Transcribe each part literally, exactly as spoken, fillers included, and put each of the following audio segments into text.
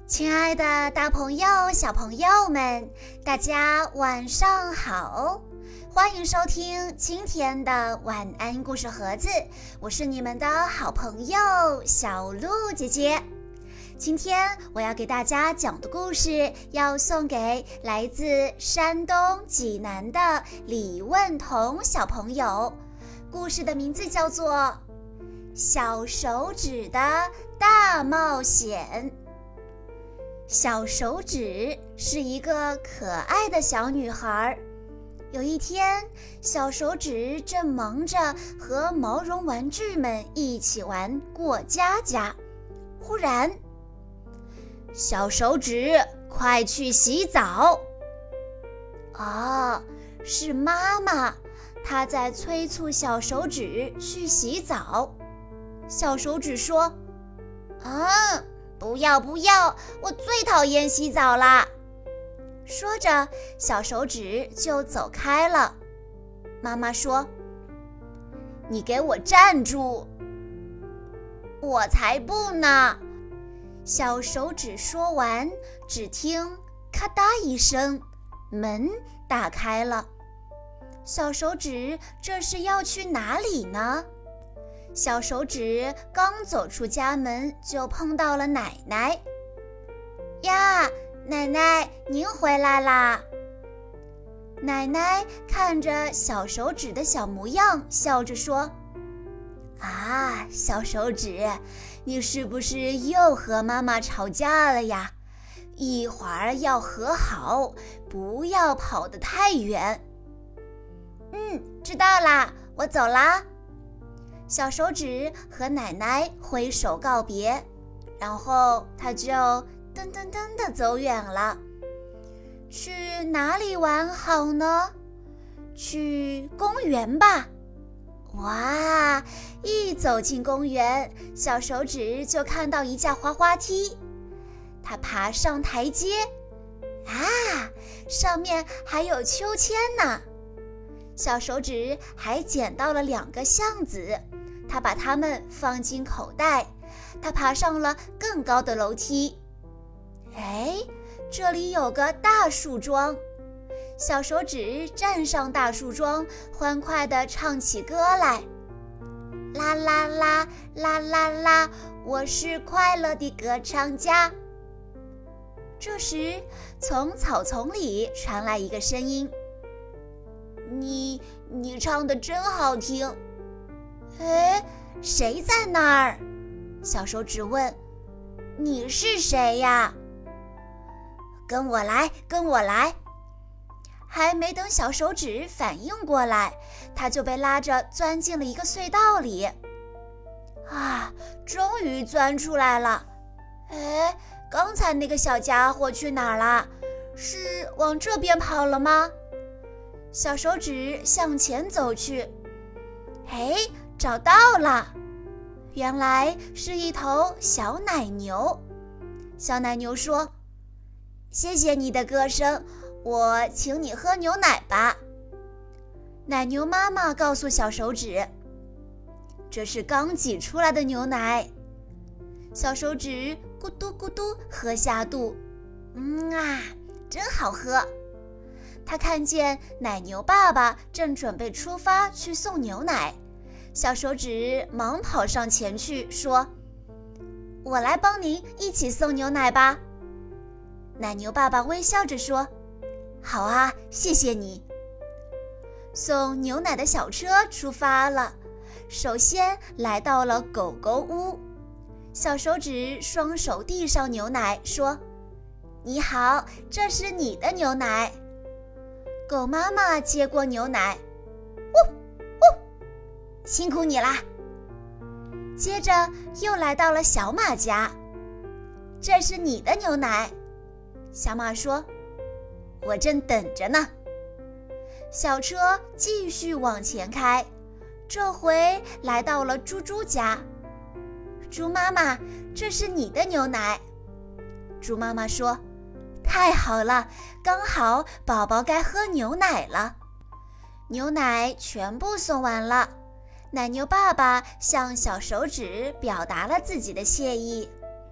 亲爱的大朋友、小朋友们，大家晚上好！欢迎收听今天的晚安故事盒子，我是你们的好朋友小鹿姐姐。今天我要给大家讲的故事要送给来自山东济南的李问彤小朋友，故事的名字叫做《小手指的大冒险》。小手指是一个可爱的小女孩。有一天，小手指正忙着和毛绒玩具们一起玩过家家，忽然，小手指，快去洗澡！哦，是妈妈，她在催促小手指去洗澡。小手指说：啊，不要不要，我最讨厌洗澡啦！说着，小手指就走开了。妈妈说：你给我站住！我才不呢！小手指说完，只听咔嗒一声，门打开了。小手指这是要去哪里呢？小手指刚走出家门，就碰到了奶奶。呀，奶奶，您回来啦！奶奶看着小手指的小模样，笑着说：啊，小手指，你是不是又和妈妈吵架了呀？一会儿要和好，不要跑得太远。嗯，知道啦，我走啦。小手指和奶奶挥手告别，然后他就噔噔噔地走远了。去哪里玩好呢？去公园吧。哇，一走进公园，小手指就看到一架滑滑梯。他爬上台阶，啊，上面还有秋千呢。小手指还捡到了两个橡子，他把它们放进口袋。他爬上了更高的楼梯。哎，这里有个大树桩。小手指站上大树桩，欢快地唱起歌来。啦啦啦，啦啦啦，我是快乐的歌唱家。这时，从草丛里传来一个声音：你你唱得真好听。哎，谁在那儿？小手指问。你是谁呀？跟我来，跟我来。还没等小手指反应过来，他就被拉着钻进了一个隧道里。啊，终于钻出来了。哎，刚才那个小家伙去哪儿了？是往这边跑了吗？小手指向前走去。哎，找到了，原来是一头小奶牛。小奶牛说：谢谢你的歌声，我请你喝牛奶吧。奶牛妈妈告诉小手指：这是刚挤出来的牛奶。小手指咕嘟咕嘟喝下肚，嗯啊，真好喝。他看见奶牛爸爸正准备出发去送牛奶，小手指忙跑上前去说：我来帮您一起送牛奶吧。奶牛爸爸微笑着说：好啊，谢谢你。送牛奶的小车出发了，首先来到了狗狗屋。小手指双手递上牛奶说：你好，这是你的牛奶。狗妈妈接过牛奶，呜呜，辛苦你啦。接着又来到了小马家，这是你的牛奶。小马说：我正等着呢。小车继续往前开，这回来到了猪猪家。猪妈妈，这是你的牛奶。猪妈妈说：太好了，刚好宝宝该喝牛奶了。牛奶全部送完了，奶牛爸爸向小手指表达了自己的谢意。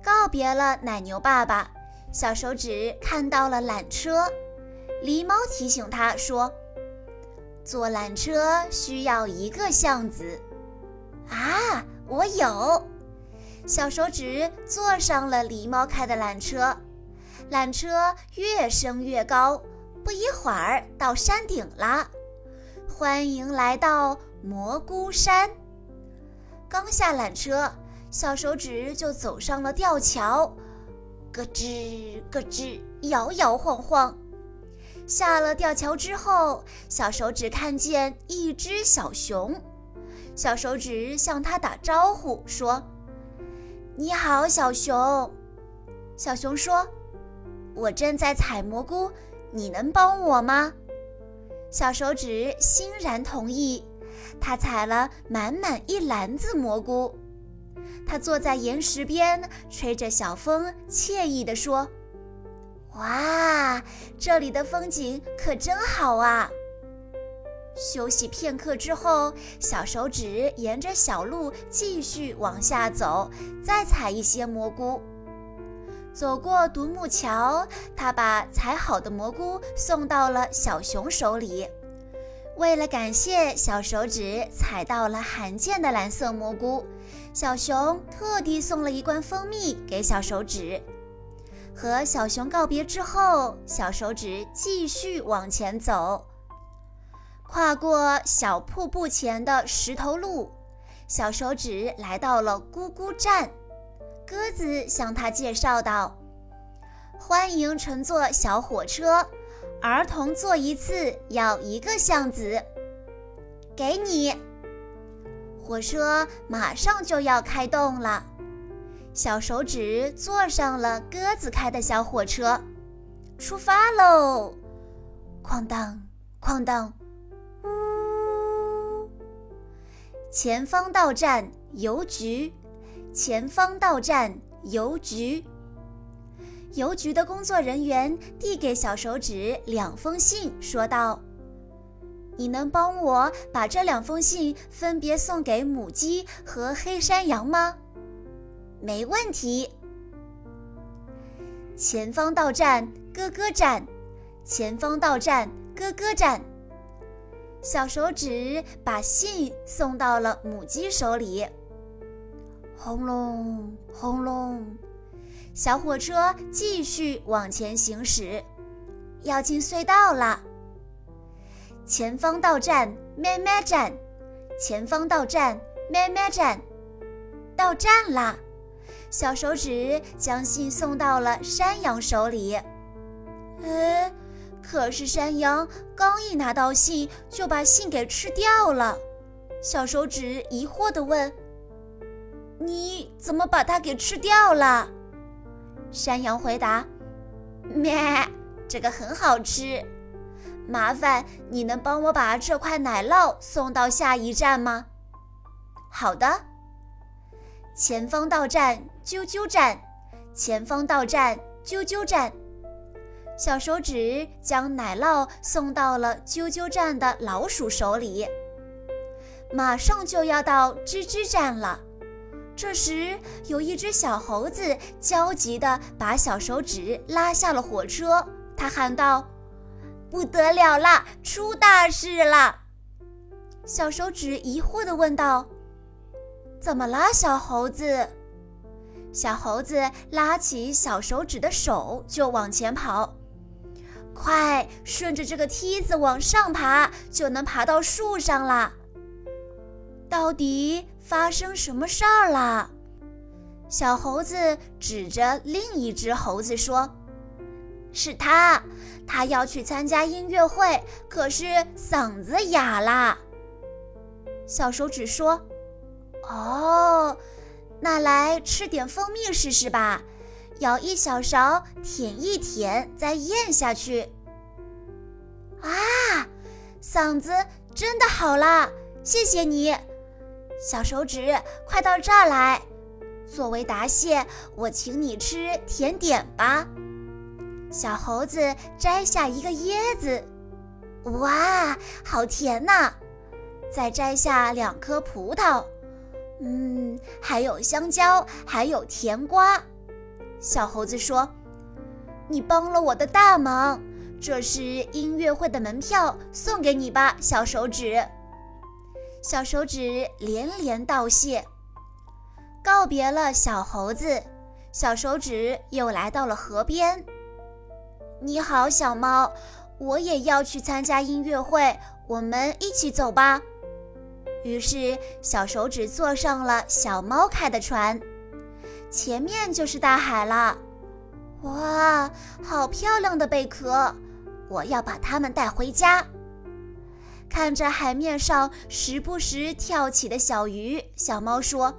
告别了奶牛爸爸，小手指看到了缆车。狸猫提醒他说，坐缆车需要一个橡子。啊，我有。小手指坐上了狸猫开的缆车，缆车越升越高，不一会儿到山顶了。欢迎来到蘑菇山。刚下缆车，小手指就走上了吊桥，咯吱咯吱，摇摇晃晃。下了吊桥之后，小手指看见一只小熊，小手指向它打招呼说，你好，小熊。小熊说，我正在采蘑菇，你能帮我吗？小手指欣然同意，他采了满满一篮子蘑菇。他坐在岩石边，吹着小风，惬意地说，哇，这里的风景可真好啊。休息片刻之后，小手指沿着小路继续往下走，再采一些蘑菇。走过独木桥，他把采好的蘑菇送到了小熊手里。为了感谢小手指采到了罕见的蓝色蘑菇，小熊特地送了一罐蜂蜜给小手指。和小熊告别之后，小手指继续往前走。跨过小瀑布前的石头路，小手指来到了咕咕站。鸽子向他介绍道，欢迎乘坐小火车，儿童坐一次要一个橡子。给你。火车马上就要开动了，小手指坐上了鸽子开的小火车，出发喽！哐当哐当，呜！前方到站邮局，前方到站邮局。邮局的工作人员递给小手指两封信，说道，你能帮我把这两封信分别送给母鸡和黑山羊吗？没问题。前方到站咯咯站，前方到站咯咯站。小手指把信送到了母鸡手里。轰隆轰隆，小火车继续往前行驶，要进隧道了。前方到站咩咩站，前方到站咩咩站。到站啦！小手指将信送到了山羊手里。哎，可是山羊刚一拿到信就把信给吃掉了。小手指疑惑地问，你怎么把它给吃掉了？山羊回答，咩，这个很好吃。麻烦你能帮我把这块奶酪送到下一站吗？好的。前方到站啾啾站，前方到站啾啾站。小手指将奶酪送到了啾啾站的老鼠手里。马上就要到吱吱站了。这时有一只小猴子焦急地把小手指拉下了火车，他喊道，不得了啦，出大事了！小手指疑惑地问道，怎么啦，小猴子？小猴子拉起小手指的手就往前跑，快，顺着这个梯子往上爬，就能爬到树上啦。到底发生什么事儿啦？小猴子指着另一只猴子说，是他，他要去参加音乐会，可是嗓子哑啦。小手指说，哦，那来吃点蜂蜜试试吧，舀一小勺，舔一舔，再咽下去。啊，嗓子真的好啦，谢谢你。小手指，快到这儿来，作为答谢，我请你吃甜点吧。小猴子摘下一个椰子，哇，好甜呐！再摘下两颗葡萄，嗯，还有香蕉，还有甜瓜。 小猴子说：“你帮了我的大忙，这是音乐会的门票，送给你吧，小手指。”小手指连连道谢。告别了小猴子，小手指又来到了河边。你好，小猫，我也要去参加音乐会，我们一起走吧。于是小手指坐上了小猫开的船，前面就是大海了。哇，好漂亮的贝壳，我要把它们带回家。看着海面上时不时跳起的小鱼，小猫说：“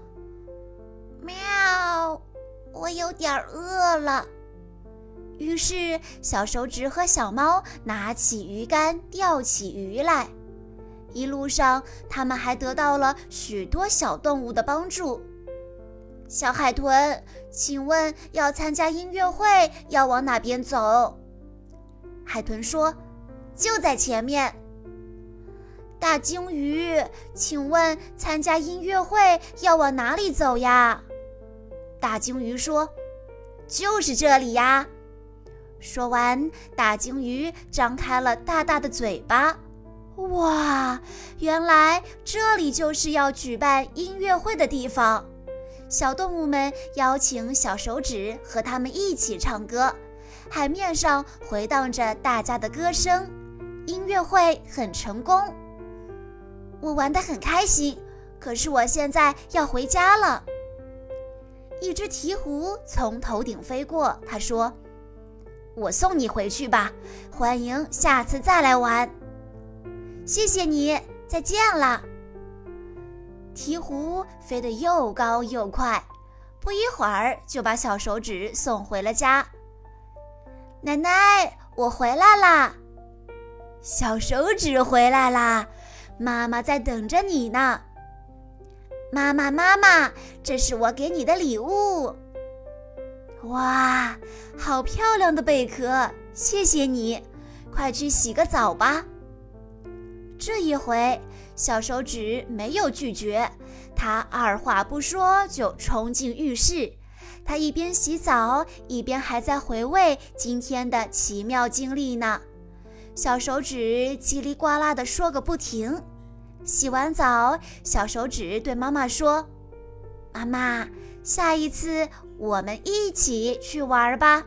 喵，我有点饿了。”于是小手指和小猫拿起鱼竿钓起鱼来。一路上他们还得到了许多小动物的帮助。小海豚，请问要参加音乐会要往哪边走？海豚说：“就在前面。”大鲸鱼，请问参加音乐会要往哪里走呀？大鲸鱼说：“就是这里呀。”说完，大鲸鱼张开了大大的嘴巴。哇，原来这里就是要举办音乐会的地方。小动物们邀请小手指和他们一起唱歌，海面上回荡着大家的歌声，音乐会很成功。我玩得很开心，可是我现在要回家了。一只鹈鹕从头顶飞过，他说：“我送你回去吧，欢迎下次再来玩。”谢谢你，再见了。鹈鹕飞得又高又快，不一会儿就把小手指送回了家。奶奶，我回来啦！小手指回来啦，妈妈在等着你呢。妈妈，妈妈，这是我给你的礼物。哇，好漂亮的贝壳，谢谢你，快去洗个澡吧。这一回，小手指没有拒绝，他二话不说就冲进浴室。他一边洗澡，一边还在回味今天的奇妙经历呢。小手指叽里呱啦地说个不停。洗完澡，小手指对妈妈说：“妈妈，下一次我们一起去玩吧。”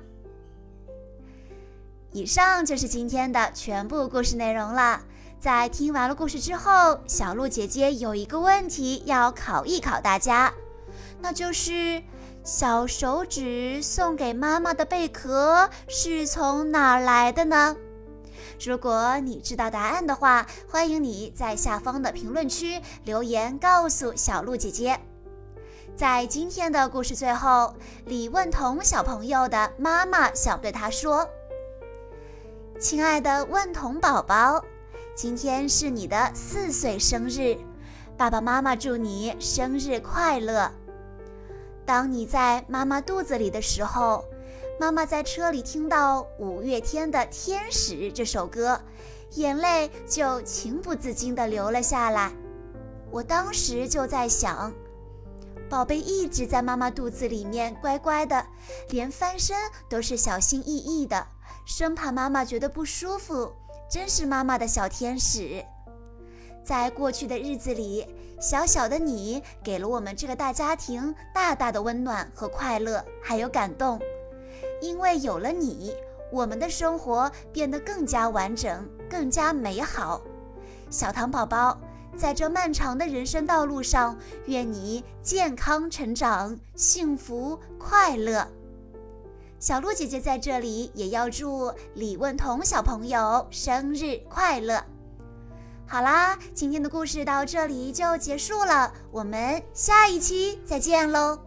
以上就是今天的全部故事内容了。在听完了故事之后，小鹿姐姐有一个问题要考一考大家，那就是小手指送给妈妈的贝壳是从哪儿来的呢？如果你知道答案的话，欢迎你在下方的评论区留言告诉小鹿姐姐。在今天的故事最后，李问彤小朋友的妈妈想对他说：“亲爱的问彤宝宝，今天是你的四岁生日，爸爸妈妈祝你生日快乐。当你在妈妈肚子里的时候，妈妈在车里听到五月天的《天使》这首歌，眼泪就情不自禁地流了下来。我当时就在想，宝贝一直在妈妈肚子里面乖乖的，连翻身都是小心翼翼的，生怕妈妈觉得不舒服，真是妈妈的小天使。在过去的日子里，小小的你给了我们这个大家庭大大的温暖和快乐，还有感动。因为有了你，我们的生活变得更加完整，更加美好。小糖宝宝，在这漫长的人生道路上，愿你健康成长，幸福快乐。小鹿姐姐在这里也要祝李问彤小朋友生日快乐。好啦，今天的故事到这里就结束了，我们下一期再见喽。